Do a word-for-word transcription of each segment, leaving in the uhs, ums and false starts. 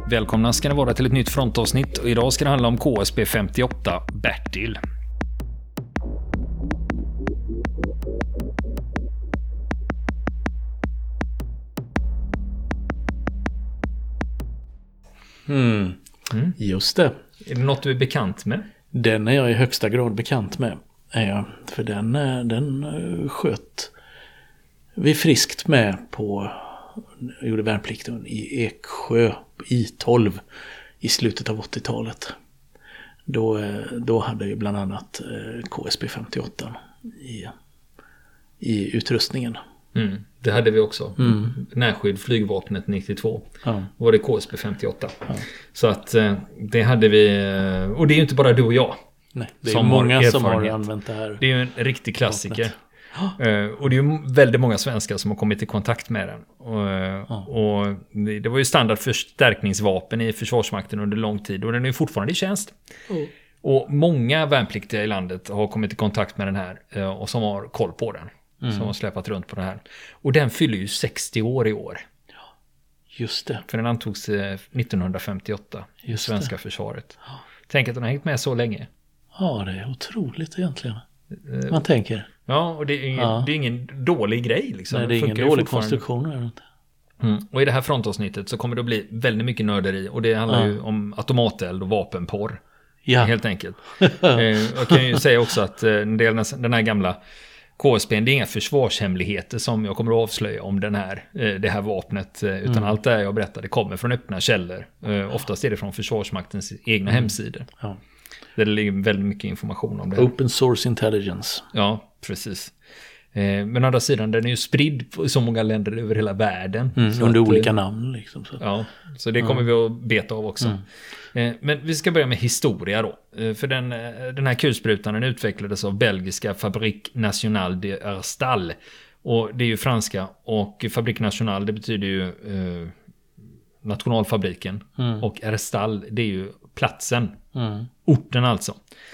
Välkomna ska ni vara till ett nytt frontavsnitt och idag ska det handla om K S B femtioåtta Bertil. Mm. Mm. Just det. Är det något du är bekant med? Den är jag i högsta grad bekant med. Är jag. För den, den sköt vi friskt med på, gjorde värnplikten i Eksjö I tolv i slutet av åttiotalet. Då, då hade vi bland annat K S B femtioåtta i, i utrustningen. Mm, det hade vi också. Mm. Närskydd flygvapnet nittiotvå. Ja. Var det K S B femtioåtta. Ja. Så att det hade vi. Och det är ju inte bara du och jag. Nej, det är som många som har använt det här. Det är ju en riktig klassiker. Uh, och det är ju väldigt många svenskar som har kommit i kontakt med den. Uh, ja. Och det, det var ju standard förstärkningsvapen i Försvarsmakten under lång tid. Och den är ju fortfarande i tjänst. Mm. Och många värnpliktiga i landet har kommit i kontakt med den här. Uh, och som har koll på den. Mm. Som har släpat runt på den här. Och den fyller ju sextio år i år. Ja, just det. För den antogs uh, nittonhundrafemtioåtta i just svenska det. försvaret. Ja. Tänk att den har hängt med så länge. Ja, det är otroligt egentligen. Uh, Man tänker. Ja, och det är ingen, ja. det är ingen dålig grej liksom. Nej, det är ingen dålig konstruktion. Mm. Och i det här frontavsnittet så kommer det att bli väldigt mycket nörderi. Och det handlar ja. ju om automateld och vapenporr. Ja. Helt enkelt. eh, jag kan ju säga också att eh, den här gamla K S B, det är inga försvarshemligheter som jag kommer att avslöja om den här, eh, det här vapnet. Eh, utan mm. allt det här jag berättar, det kommer från öppna källor. Eh, oftast är det från Försvarsmaktens egna mm. hemsidor. Ja. Där det ligger väldigt mycket information om det. Open source intelligence. Ja, precis. Eh, men å andra sidan, den är ju spridd i så många länder över hela världen. Mm, under att, olika namn liksom. Så. Ja, så det kommer ja. vi att beta av också. Mm. Eh, men vi ska börja med historia då. Eh, för den, den här kulsprutan den utvecklades av belgiska Fabrique Nationale de Herstal. Och det är ju franska. Och Fabrique Nationale, det betyder ju eh, nationalfabriken. Mm. Och Herstal, det är ju platsen. Mm. Orten alltså.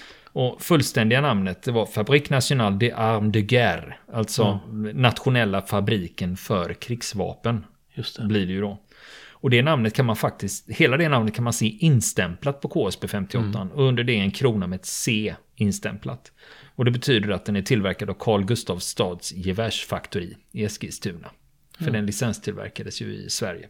Och fullständiga namnet det var Fabrique Nationale des Armes de Guerre. Alltså mm. nationella fabriken för krigsvapen. Just det. Blir det ju då. Och det namnet kan man faktiskt, hela det namnet kan man se instämplat på K S B femtioåtta. Mm. Och under det är en krona med ett C instämplat. Och det betyder att den är tillverkad av Carl Gustaf Stads gevärsfaktori i Eskilstuna. För mm. den licenstillverkades ju i Sverige.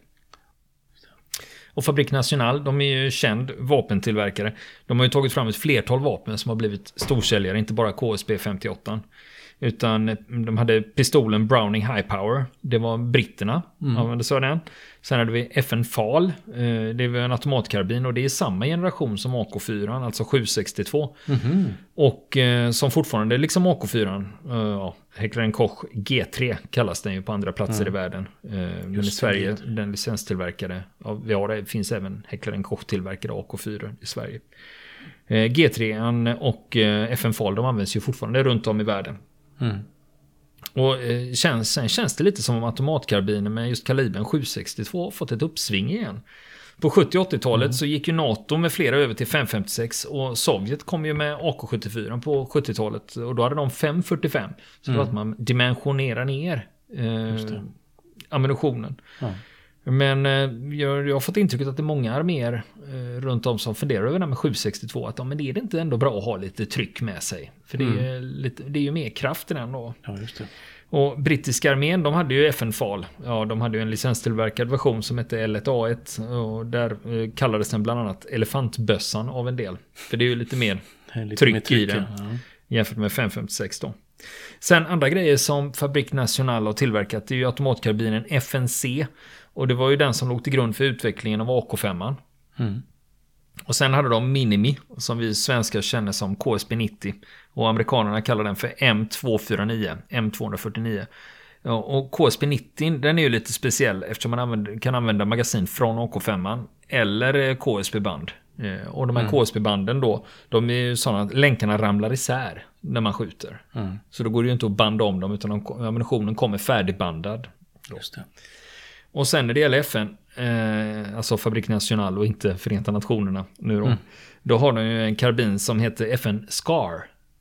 Och Fabrique Nationale, de är ju känd vapentillverkare. De har ju tagit fram ett flertal vapen som har blivit storsäljare, inte bara K S B femtioåtta. Utan de hade pistolen Browning High Power. Det var britterna, mm. använde sig av den. Sen hade vi F N Fal. Det var en automatkarbin och det är samma generation som A K fyra, alltså sju sextiotvå. Mm-hmm. Och som fortfarande liksom A K fyra, ja, Heckler and Koch G tre kallas den ju på andra platser mm. i världen. Men i Sverige, det. den licenstillverkade, ja, vi har det, finns även Heckler and Koch tillverkade A K fyra i Sverige. G tre och F N Fal, de används ju fortfarande runt om i världen. Mm. Och eh, känns, sen känns det lite som om automatkarbinen med just kalibern sju sextiotvå har fått ett uppsving igen. På sjuttio- och åttiotalet mm. så gick ju NATO med flera över till fem femtiosex och Sovjet kom ju med A K sjuttiofyra på sjuttiotalet och då hade de fem fyrtiofem. Så mm. då att man dimensionerar ner eh, ammunitionen. Ja. Men eh, jag, jag har fått intrycket att det är många arméer eh, runt om som funderar över det med sju sextiotvå. Att ja, men det är det inte ändå bra att ha lite tryck med sig. För det, mm. är, lite, det är ju mer kraft i den då. Ja, just det. Och brittiska armén, de hade ju F N Fal. Ja, de hade ju en licenstillverkad version som hette L ett A ett. Och där eh, kallades den bland annat elefantbössan av en del. För det är ju lite mer lite tryck, mer tryck i den. Ja. Jämfört med fem femtiosex då. Sen andra grejer som Fabrique Nationale har tillverkat är ju automatkarbinen F N C. Och det var ju den som låg till grund för utvecklingen av A K fem. Mm. Och sen hade de Minimi som vi svenskar känner som K S B nittio. Och amerikanerna kallar den för M tvåhundrafyrtionio. M tvåhundrafyrtionio. Och K S B nittio den är ju lite speciell eftersom man använder, kan använda magasin från A K fem eller K S B-band. Och de här mm. K S B-banden då, de är ju sådana att länkarna ramlar isär när man skjuter. Mm. Så då går det ju inte att banda om dem utan ammunitionen kommer färdigbandad. Just det. Och sen när det gäller F N, eh, alltså Fabrique Nationale och inte Förenta Nationerna nu då, mm. då har de ju en karbin som heter F N Scar.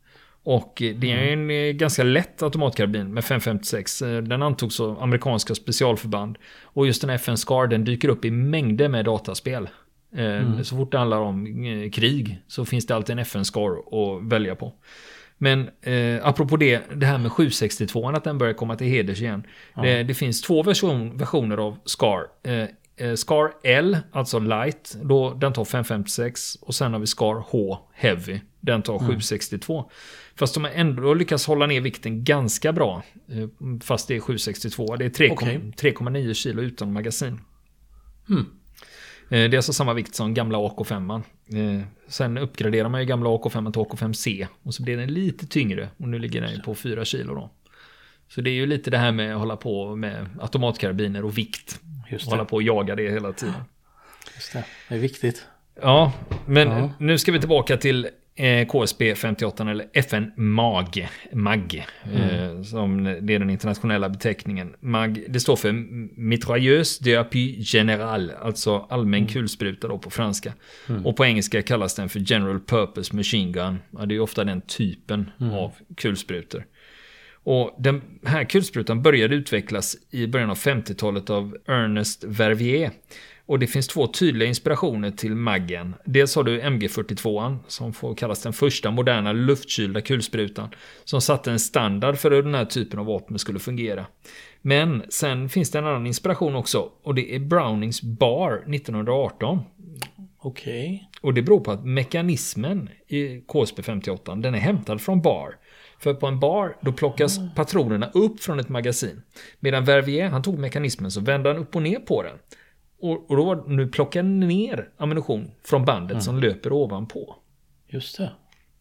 Och det är en mm. ganska lätt automatkarbin med fem femtiosex. Den antogs av amerikanska specialförband. Och just den F N SCAR, den dyker upp i mängder med dataspel. Mm. Så fort det handlar om krig så finns det alltid en F N SCAR att välja på. Men eh, apropå det, det här med sju sextiotvå, att den börjar komma till heders igen. Ja. Det, det finns två version, versioner av SCAR. Eh, eh, SCAR L, alltså light, då, den tar fem femtiosex. Och sen har vi SCAR H, heavy, den tar mm. sju sextiotvå. Fast de har ändå lyckats hålla ner vikten ganska bra. Eh, fast det är sju sextiotvå. Det är tre komma nio kilo utan magasin. Mm. Det är alltså samma vikt som gamla A K fem. Sen uppgraderar man ju gamla A K fem till A K fem C. Och så blir den lite tyngre. Och nu ligger den på fyra kilo då. Så det är ju lite det här med att hålla på med automatkarbiner och vikt. Just det. Hålla på och jaga det hela tiden. Just det, det är viktigt. Ja, men ja. Nu ska vi tillbaka till K S P femtioåtta eller F N MAG, MAG mm. som det är den internationella beteckningen. MAG, det står för Mitrailleuse d'appui général, alltså allmän mm. kulspruta då på franska. Mm. Och på engelska kallas den för General Purpose Machine Gun. Ja, det är ju ofta den typen mm. av kulsprutor. Och den här kulsprutan började utvecklas i början av femtiotalet av Ernest Verviers. Och det finns två tydliga inspirationer till Maggen. Dels har du M G fyrtiotvå som får kallas den första moderna luftkylda kulsprutan som satte en standard för hur den här typen av vapen skulle fungera. Men sen finns det en annan inspiration också och det är Brownings Bar nittonhundraarton. Okej. Okay. Och det beror på att mekanismen i K S P femtioåtta den är hämtad från Bar. För på en bar då plockas mm. patronerna upp från ett magasin. Medan Verviers han tog mekanismen så vände han upp och ner på den. Och, och då nu plockar ner ammunition från bandet mm. som löper ovanpå. Just det.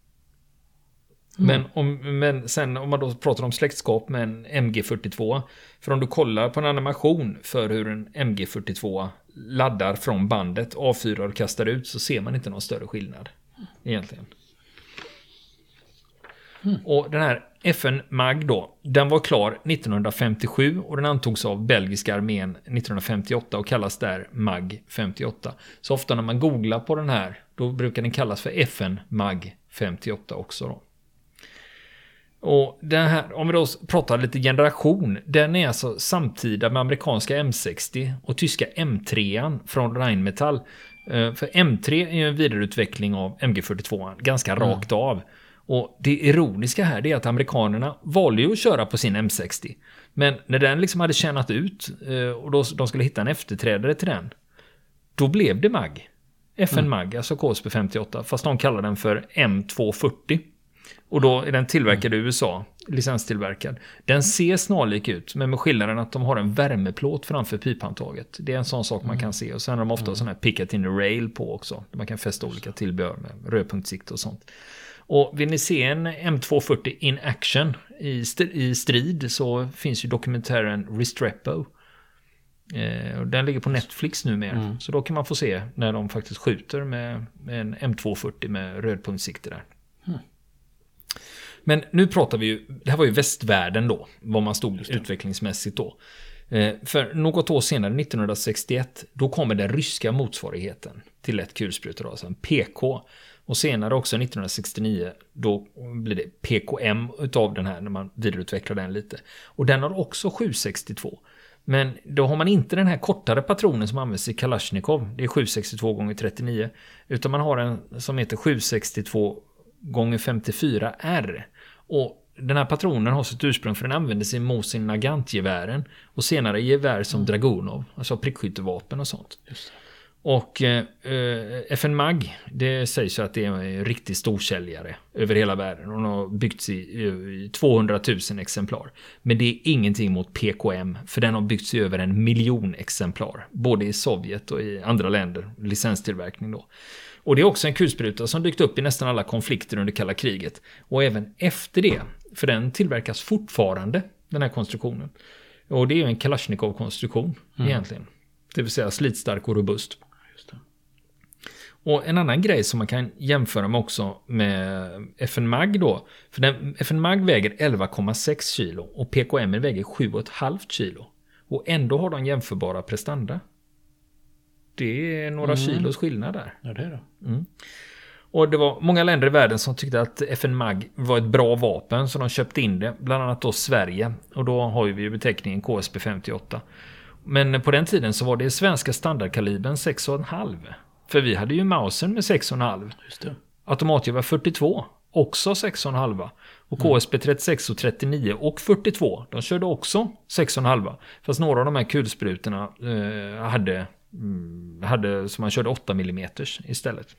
Mm. Men, om, men sen om man då pratar om släktskap med en M G fyrtiotvå. För om du kollar på en animation för hur en M G fyrtiotvå laddar från bandet, avfyrar och kastar ut så ser man inte någon större skillnad egentligen. Mm. Och den här F N MAG då, den var klar nittonhundrafemtiosju och den antogs av belgiska armén nittonhundrafemtioåtta och kallas där MAG femtioåtta. Så ofta när man googlar på den här, då brukar den kallas för F N MAG femtioåtta också då. Och den här, om vi då pratar lite generation, den är alltså samtida med amerikanska M sextio och tyska M tre från Rheinmetall. För M tre är ju en vidareutveckling av M G fyrtiotvå, ganska mm. rakt av. Och det ironiska här är att amerikanerna valde ju att köra på sin M sextio. Men när den liksom hade tjänat ut och då de skulle hitta en efterträdare till den, då blev det MAG. F N MAG, mm. alltså K S P femtioåtta, fast de kallar den för M tvåhundrafyrtio. Och då är den tillverkad i U S A, licenstillverkad. Den ser snarlik ut, men med skillnaden att de har en värmeplåt framför piphandtaget. Det är en sån sak man kan se. Och sen har de ofta mm. sån här Picatinny rail på också. Där man kan fästa olika tillbehör med rödpunktssikt och sånt. Och vill ni se en M tvåhundrafyrtio in action i, st- i strid så finns ju dokumentären Restrepo. Eh, den ligger på Netflix nu mer. Mm. Så då kan man få se när de faktiskt skjuter med, med en M tvåhundrafyrtio med rödpunktssikte där. Mm. Men nu pratar vi ju, det här var ju västvärlden då, var man stod utvecklingsmässigt då. Eh, för något år senare, nittonhundrasextioett, då kommer den ryska motsvarigheten till lätt kulsprutor, alltså en P K. Och senare också nittonhundrasextionio, då blir det P K M utav den här när man vidareutvecklar den lite. Och den har också sju sextiotvå. Men då har man inte den här kortare patronen som används i Kalashnikov. Det är sju sextiotvå gånger trettionio. Utan man har en som heter sju sextiotvå gånger femtiofyra R. Och den här patronen har sitt ursprung för den användes i Mosin Nagant-gevären. Och senare i gevär som Dragunov. Alltså prickskyttevapen och sånt. Just det. Och eh, F N MAG, det sägs ju att det är en riktig storsäljare över hela världen. Och den har byggts i, i tvåhundratusen exemplar. Men det är ingenting mot P K M, för den har byggts i över en miljon exemplar. Både i Sovjet och i andra länder, licenstillverkning då. Och det är också en kulspruta som dykt upp i nästan alla konflikter under kalla kriget. Och även efter det, för den tillverkas fortfarande, den här konstruktionen. Och det är ju en Kalashnikov-konstruktion mm. egentligen. Det vill säga slitstark och robust. Just det. Och en annan grej som man kan jämföra med också med F N MAG då. För den, F N MAG väger elva komma sex kilo och P K M väger sju komma fem kilo. Och ändå har de jämförbara prestanda. Det är några mm. kilos skillnad där. Ja, det är det. Mm. Och det var många länder i världen som tyckte att F N Mag var ett bra vapen, så de köpte in det. Bland annat då Sverige. Och då har vi ju beteckningen K S P femtioåtta. Men på den tiden så var det svenska standardkalibern sex komma fem. För vi hade ju Mausen med sex komma fem. Just det. Automatgevär fyrtiotvå, också sex komma fem. Och K S P trettiosex och trettionio och fyrtiotvå, de körde också sex komma fem. Fast några av de här kulsprutorna eh, hade, mm, hade, så man körde åtta millimeter istället.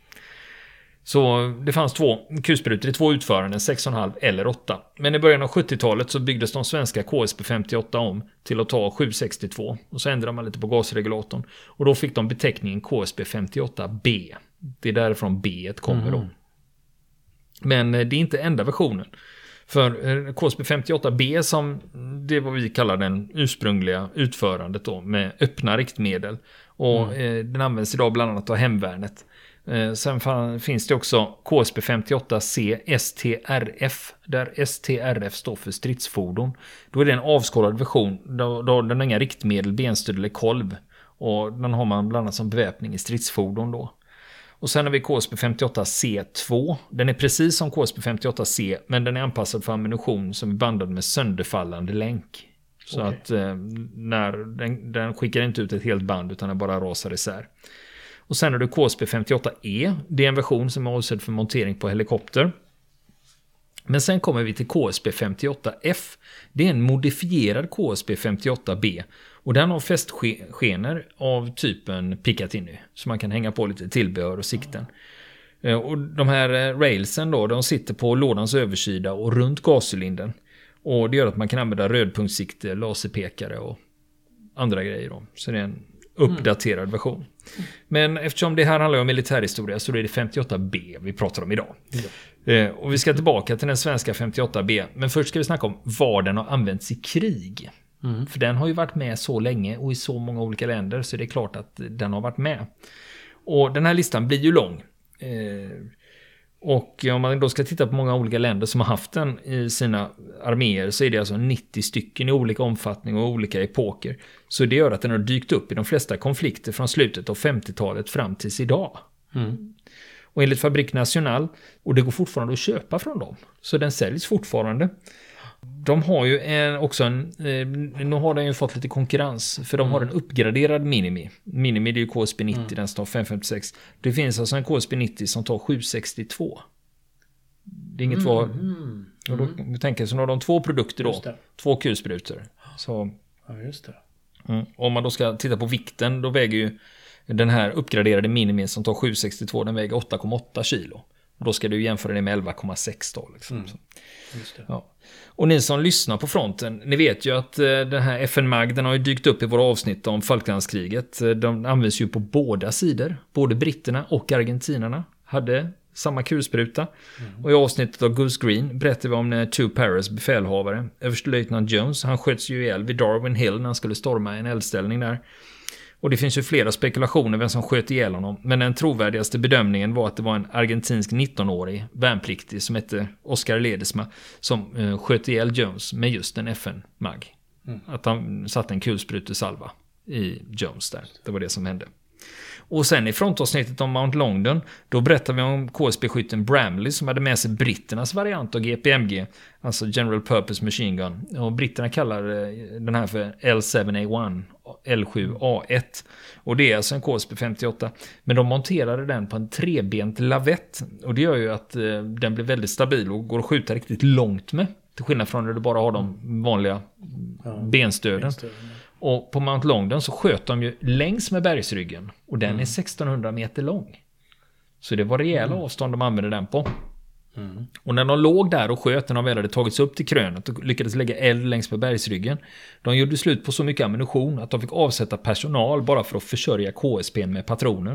Så det fanns två kulsprutor i två utföranden, sex komma fem eller åtta. Men i början av sjuttiotalet så byggdes de svenska K S P femtioåtta om till att ta sju sextiotvå. Och så ändrade man lite på gasregulatorn. Och då fick de beteckningen K S P femtioåtta B. Det är därifrån B kommer då. Mm. Men det är inte enda versionen. För K S P femtioåtta B, som det är vad vi kallar den ursprungliga utförandet då, med öppna riktmedel. Och mm. eh, den används idag bland annat av hemvärnet. Eh, sen fan, finns det också K S P femtioåtta C S T R F, där S T R F står för stridsfordon. Då är det en avskalad version, då, då den har inga riktmedel, benstöd eller kolv. Och den har man bland annat som beväpning i stridsfordon då. Och sen har vi K S P femtioåtta C två. Den är precis som K S P femtioåtta C, men den är anpassad för ammunition som är bandad med sönderfallande länk. Så okay. att eh, när den, den skickar inte ut ett helt band, utan den bara rasar isär. Och sen har du K S P femtioåtta E. Det är en version som är avsedd för montering på helikopter. Men sen kommer vi till K S P femtioåtta F. Det är en modifierad K S P femtioåtta B. Och den har fästskenor av typen Picatinny. Så man kan hänga på lite tillbehör och sikten. Och de här railsen då, de sitter på lådans översida och runt gascylindern. Och det gör att man kan använda rödpunktssikte, laserpekare och andra grejer då. Så det är en uppdaterad mm. version. Men eftersom det här handlar om militärhistoria så är det femtioåtta B vi pratar om idag. Ja. Eh, och vi ska tillbaka till den svenska femtioåtta B. Men först ska vi snacka om var den har använts i krig. Mm. För den har ju varit med så länge och i så många olika länder, så det är klart att den har varit med. Och den här listan blir ju lång. Eh, och om man då ska titta på många olika länder som har haft den i sina arméer, så är det alltså nittio stycken i olika omfattning och olika epoker. Så det gör att den har dykt upp i de flesta konflikter från slutet av femtiotalet fram tills idag. Mm. Och enligt Fabrique Nationale, och det går fortfarande att köpa från dem, så den säljs fortfarande. De har ju en, också en, eh, nu har den ju fått lite konkurrens, för de mm. har en uppgraderad Minimi. Minimi, det är ju K S P nittio, mm. den tar fem femtiosex. Det finns alltså en K S P nittio som tar sju sextiotvå. Det är inget mm. var. Mm. Och då mm. tänker jag, så har de två produkter då, två kulsprutor. Så, ja, just det. Mm. Om man då ska titta på vikten, då väger ju den här uppgraderade Minimi som tar sju sextiotvå, den väger åtta komma åtta kilo. Och då ska du jämföra det med elva komma sex då liksom. Mm. Just det. Ja. Och ni som lyssnar på fronten, ni vet ju att eh, den här F N Mag, den har ju dykt upp i våra avsnitt om Falklandskriget. De används ju på båda sidor. Både britterna och argentinarna hade samma kulspruta. Mm. Och i avsnittet av Goose Green berättar vi om när Two Paras befälhavare, överstelöjtnant Jones, han sköts ju ihjäl vid Darwin Hill när han skulle storma en eldställning där. Och det finns ju flera spekulationer vem som sköt ihjäl honom. Men den trovärdigaste bedömningen var att det var en argentinsk nittonårig värnpliktig som hette Oscar Ledesma som uh, sköt ihjäl Jones med just en F N Mag. Mm. Att han satte en kulsprutesalva i Jones där. Det var det som hände. Och sen i frontavsnittet om Mount Longdon, då berättar vi om K S P-skytten Bramley som hade med sig britternas variant av G P M G, alltså General Purpose Machine Gun. Och britterna kallar den här för L sju A ett, L sju A ett. Och det är alltså en K S P femtioåtta. Men de monterade den på en trebent lavett. Och det gör ju att eh, den blir väldigt stabil och går att skjuta riktigt långt med. Till skillnad från när du bara har de vanliga ja, benstöden. benstöden. Och på Mount Longdon så sköt de ju längs med bergsryggen. Och den mm. är sextonhundra meter lång. Så det var rejäla mm. avstånd de använde den på. Mm. Och när de låg där och sköt, när de väl hade tagits upp till krönet och lyckades lägga eld längs med bergsryggen, de gjorde slut på så mycket ammunition att de fick avsätta personal bara för att försörja K S P med patroner.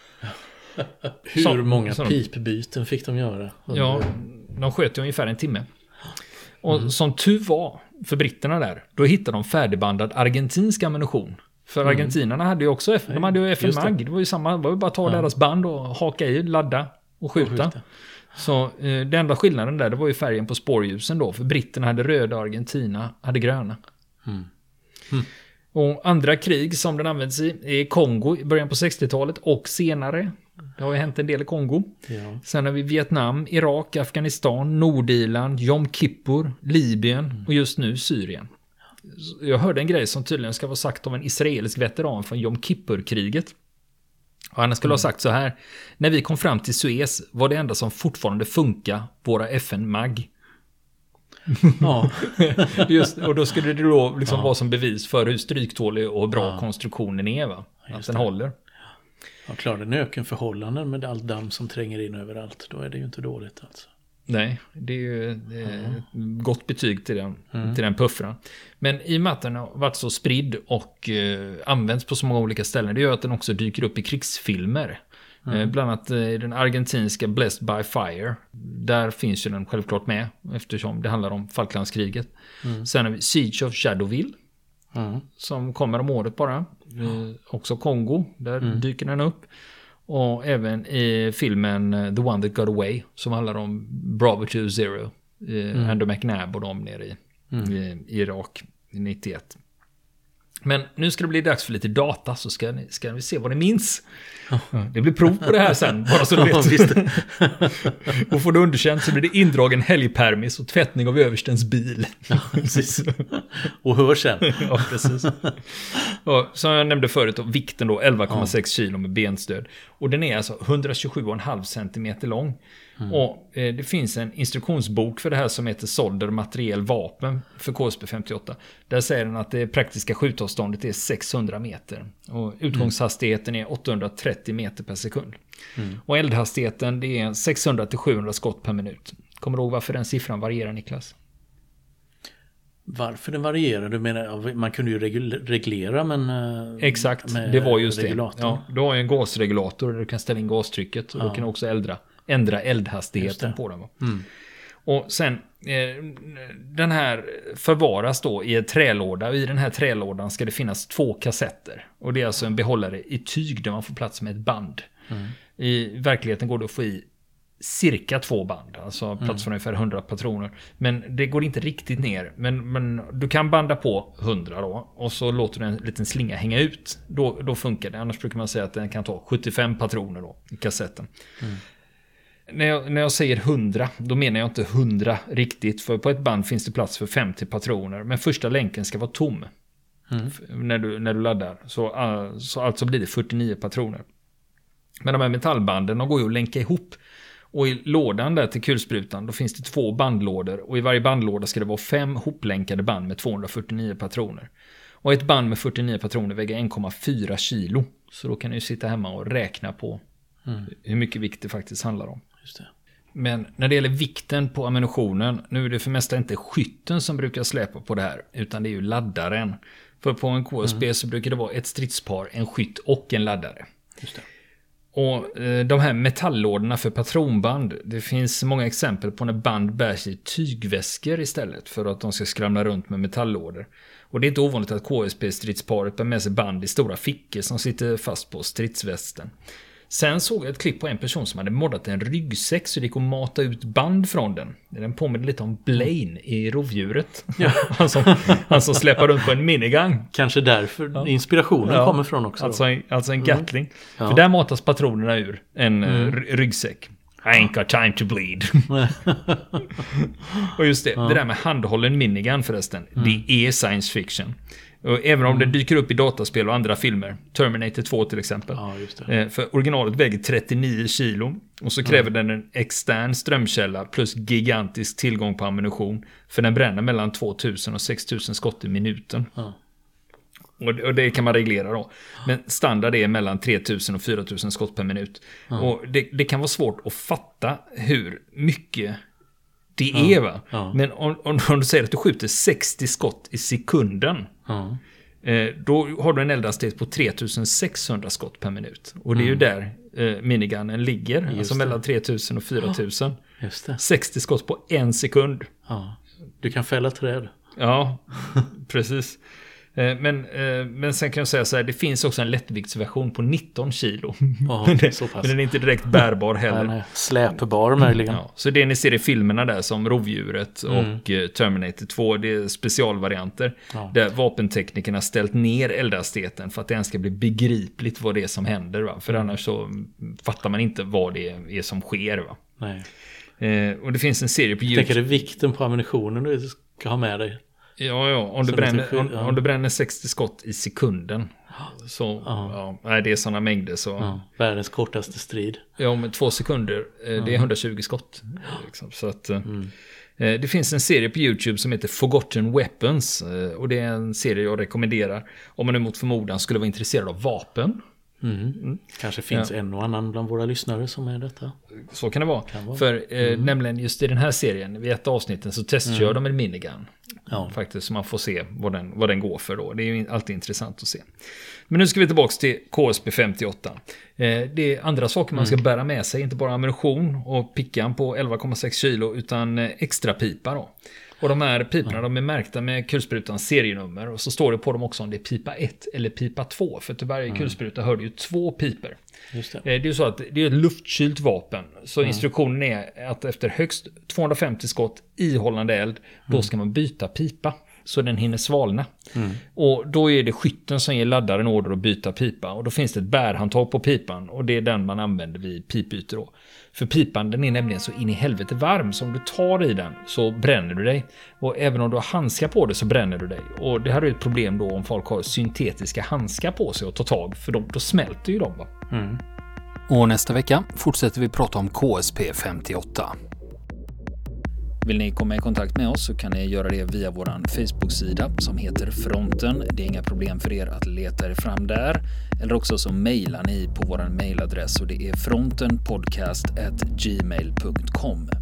Hur så, många så pipbyten fick de göra? Ja, de sköt i ungefär en timme. Och mm. som tur var för britterna där, då hittade de färdigbandad argentinsk ammunition. För mm. argentinarna hade ju också F- de hade ju F N Mag. Det. det var ju samma, det var ju bara att ta ja. deras band och haka i, ladda och skjuta. Och skjuta. Så eh, den enda skillnaden där, det var ju färgen på spårljusen då. För britterna hade röda och Argentina hade gröna. Mm. Mm. Och andra krig som den används i är Kongo i början på sextiotalet och senare. Det har ju hänt en del i Kongo. Ja. Sen har vi Vietnam, Irak, Afghanistan, Nordirland, Jom Kippur, Libyen mm. och just nu Syrien. Jag hörde en grej som tydligen ska vara sagt av en israelisk veteran från Jom Kippur-kriget. Och han skulle mm. ha sagt så här: när vi kom fram till Suez var det enda som fortfarande funkar våra F N-mag. Ja. Just, och då skulle det då liksom ja. vara som bevis för hur stryktålig och bra ja. konstruktionen är, va? Att den håller. Ja, klar, den ökenförhållanden med allt damm som tränger in överallt, då är det ju inte dåligt alltså. Nej, det är ju det är mm. ett gott betyg till den, mm. till den puffran. Men i och med att den har varit så spridd och eh, används på så många olika ställen, det gör att den också dyker upp i krigsfilmer. Mm. Eh, bland annat eh, den argentinska Blessed by Fire. Där finns ju den självklart med, eftersom det handlar om Falklandskriget. Mm. Sen har vi Siege of Shadowville. Mm. Som kommer om året bara. Eh, också Kongo, där mm. dyker den upp. Och även i filmen The One That Got Away, som handlar om Bravo two zero, eh, mm. Andrew McNabb och de nere i, mm. i, i Irak i nittioett. Men nu ska det bli dags för lite data, så ska, ni, ska vi se vad ni minns. Oh. Det blir prov på det här sen, bara så du vet. Och får du underkänt så blir det indragen helgpermis och tvättning av överstens bil. Ja, precis. Och hör sen. Ja, precis. Och som jag nämnde förut, då, vikten då elva komma sex kilo med benstöd. Och den är alltså etthundratjugosju komma fem centimeter lång. Mm. Och eh, det finns en instruktionsbok för det här som heter Solder materiell vapen för K S P femtioåtta. Där säger den att det praktiska skjutavståndet är sexhundra meter. Och utgångshastigheten är åttahundratrettio meter per sekund. Mm. Och eldhastigheten det är sexhundra till sjuhundra skott per minut. Kommer du ihåg varför den siffran varierar, Niklas? Varför den varierar? Du menar, man kunde ju reglera, men... Exakt, det var just det. Ja, du har ju en gasregulator där du kan ställa in gastrycket. Och ja. du kan också äldra, ändra eldhastigheten på den. Mm. Och sen, eh, den här förvaras då i en trälåda. Och i den här trälådan ska det finnas två kassetter. Och det är alltså en behållare i tyg där man får plats med ett band. Mm. I verkligheten går det att få i cirka två band, alltså plats mm. för ungefär hundra patroner. Men det går inte riktigt ner. Men, men du kan banda på hundra då, och så låter du en liten slinga hänga ut. Då, då funkar det. Annars brukar man säga att den kan ta sjuttiofem patroner då, i kassetten. Mm. När jag, när jag säger hundra, då menar jag inte hundra riktigt. För på ett band finns det plats för femtio patroner. Men första länken ska vara tom. Mm. När, du, när du laddar. Så, uh, så alltså blir det fyrtionio patroner. Men de här metallbanden, de går ju att länka ihop. Och i lådan där till kulsprutan, då finns det två bandlådor. Och i varje bandlåda ska det vara fem hoplänkade band med tvåhundrafyrtionio patroner. Och ett band med fyrtionio patroner väger en komma fyra kilo. Så då kan du sitta hemma och räkna på mm. hur mycket vikt det faktiskt handlar om. Just det. Men när det gäller vikten på ammunitionen, nu är det för mesta inte skytten som brukar släpa på det här, utan det är ju laddaren. För på en K S B mm. så brukar det vara ett stridspar, en skytt och en laddare. Just det. Och eh, de här metalllådorna för patronband, det finns många exempel på när band bärs i tygväskor istället för att de ska skramla runt med metalllådor. Och det är inte ovanligt att K S B-stridsparet bär med sig band i stora fickor som sitter fast på stridsvästen. Sen såg jag ett klipp på en person som hade moddat en ryggsäck så det gick att mata ut band från den. Den påminner lite om Blaine i Rovdjuret. Ja. han, som, han som släpar runt på en minigun. Kanske därför ja. inspirationen ja. kommer från också. Alltså en, alltså en Gatling. Mm. Ja. För där matas patronerna ur en mm. ryggsäck. I ain't got time to bleed. Och just det, ja. det där med handhållen minigun förresten. Mm. Det är science fiction. Och även om mm. den dyker upp i dataspel och andra filmer. Terminator två till exempel. Ja, just det. För originalet väger trettionio kilo. Och så kräver mm. den en extern strömkälla plus gigantisk tillgång på ammunition. För den bränner mellan tvåtusen och sextusen skott i minuten. Mm. Och det kan man reglera då. Men standard är mellan tretusen och fyratusen skott per minut. Mm. Och det, det kan vara svårt att fatta hur mycket det är, ja, va? Ja. Men om, om, om du säger att du skjuter sextio skott i sekunden, ja. eh, då har du en eldhastighet på tretusen sexhundra skott per minut. Och det är mm. ju där eh, minigunnen ligger. Just alltså det. Mellan tretusen och fyratusen. Ja, just det. sextio skott på en sekund. Ja. Du kan fälla träd. Ja, precis. Men, men sen kan jag säga så här, det finns också en lättviktsversion på nitton kilo. Ja, men, det, så pass. men den är inte direkt bärbar heller. Nej, släpbar möjligen. Ja, så det ni ser i filmerna där som Rovdjuret mm. och Terminator två, det är specialvarianter. Ja. Där vapenteknikerna ställt ner eldhastigheten för att det ens ska bli begripligt vad det är som händer. Va? För mm. annars så fattar man inte vad det är som sker. Va? Nej. Eh, och det finns en serie på jag YouTube. Tänker det vikten på ammunitionen du ska ha med dig? Ja, ja. Om du, bränner, skydd, om, ja. om du bränner sextio skott i sekunden. Så, ja. Ja, det är sådana mängder så... Ja, världens kortaste strid. Ja, med två sekunder. Eh, det är hundratjugo skott. Liksom, så att... Mm. Eh, det finns en serie på YouTube som heter Forgotten Weapons. Eh, och det är en serie jag rekommenderar. Om man emot förmodan skulle vara intresserad av vapen. Mm. Mm. Kanske finns ja. en och annan bland våra lyssnare som är detta. Så kan det vara. Kan vara. För eh, mm. nämligen just i den här serien, vid ett avsnitten så testkör mm. de en minigun. Ja. Faktiskt, så man får se vad den, vad den går för då. Det är ju alltid intressant att se. Men nu ska vi tillbaka till K S P femtioåtta. Eh, det är andra saker man ska mm. bära med sig. Inte bara ammunition och pickan på elva komma sex kilo utan extra pipa då. Och de här piporna ja. de är märkta med kulsprutans serienummer. Och så står det på dem också om det är pipa ett eller pipa två. För till varje mm. kulspruta hör det ju två piper. Just det. det är ju så att det är ett luftkylt vapen. Så mm. instruktionen är att efter högst tvåhundrafemtio skott i hållande eld, mm. då ska man byta pipa. Så den hinner svalna. Mm. Och då är det skytten som ger laddaren order att byta pipa. Och då finns det ett bärhandtag på pipan. Och det är den man använder vid pipbyte då. För pipan den är nämligen så in i helvete varm. Så om du tar i den så bränner du dig. Och även om du har handskar på det så bränner du dig. Och det här är ett problem då om folk har syntetiska handskar på sig och tar tag. För då, då smälter ju de va. Mm. Och nästa vecka fortsätter vi prata om K S P femtioåtta. Vill ni komma i kontakt med oss så kan ni göra det via vår Facebook-sida som heter Fronten. Det är inga problem för er att leta er fram där. Eller också så mejlar ni på vår mejladress och det är frontenpodcast at gmail punkt com.